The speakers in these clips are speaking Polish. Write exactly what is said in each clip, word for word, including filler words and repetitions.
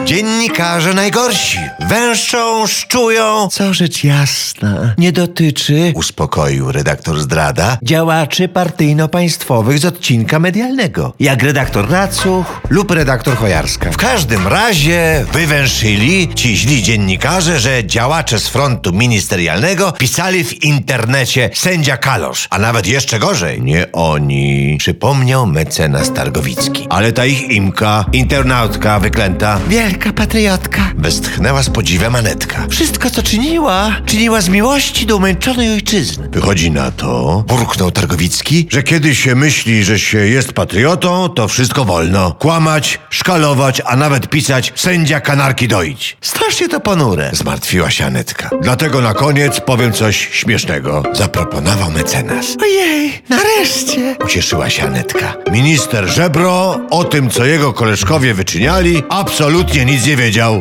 Dziennikarze najgorsi. Węszczą, szczują. Co rzecz jasna, nie dotyczy, Uspokoił redaktor Zdrada. działaczy partyjno-państwowych z odcinka medialnego, jak redaktor Racuch lub redaktor Chojarska. W każdym razie wywęszyli ci źli dziennikarze, że działacze z frontu ministerialnego pisali w internecie sędzia Kalosz, a nawet jeszcze gorzej, nie oni, przypomniał mecenas Targowicki. Ale ta ich Imka, internautka wyklęta, Wielka patriotka. westchnęła z podziwem Anetka. Wszystko, co czyniła, czyniła z miłości do umęczonej ojczyzny. Wychodzi na to, burknął Targowicki, że kiedy się myśli, że się jest patriotą, to wszystko wolno. Kłamać, szkalować, a nawet pisać sędzia kanarki doić. Strasznie to ponure. Zmartwiła się Anetka. Dlatego na koniec powiem coś śmiesznego. Zaproponował mecenas. Ojej, nareszcie. Ucieszyła się Anetka. Minister Żebro o tym, co jego koleżkowie wyczyniali, absolutnie nic nie wiedział.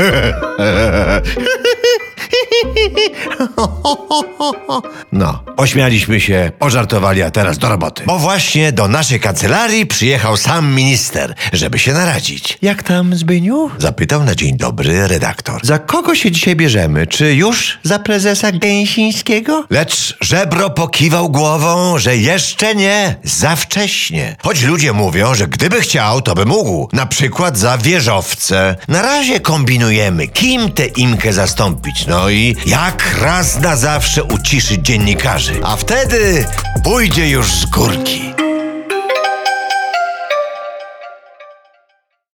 No, pośmialiśmy się, pożartowali, a teraz do roboty. Bo właśnie do naszej kancelarii przyjechał sam minister, żeby się naradzić. Jak tam, Zbyniu? Zapytał na dzień dobry redaktor. Za kogo się dzisiaj bierzemy? Czy już za prezesa Gęsińskiego? Lecz Żebro pokiwał głową, że jeszcze nie, za wcześnie. Choć ludzie mówią, że gdyby chciał, to by mógł. Na przykład za wieżowce. Na razie kombinujemy, kim tę Imkę zastąpić. No i jak raz na zawsze uciszyć dziennikarzy. A wtedy pójdzie już z górki.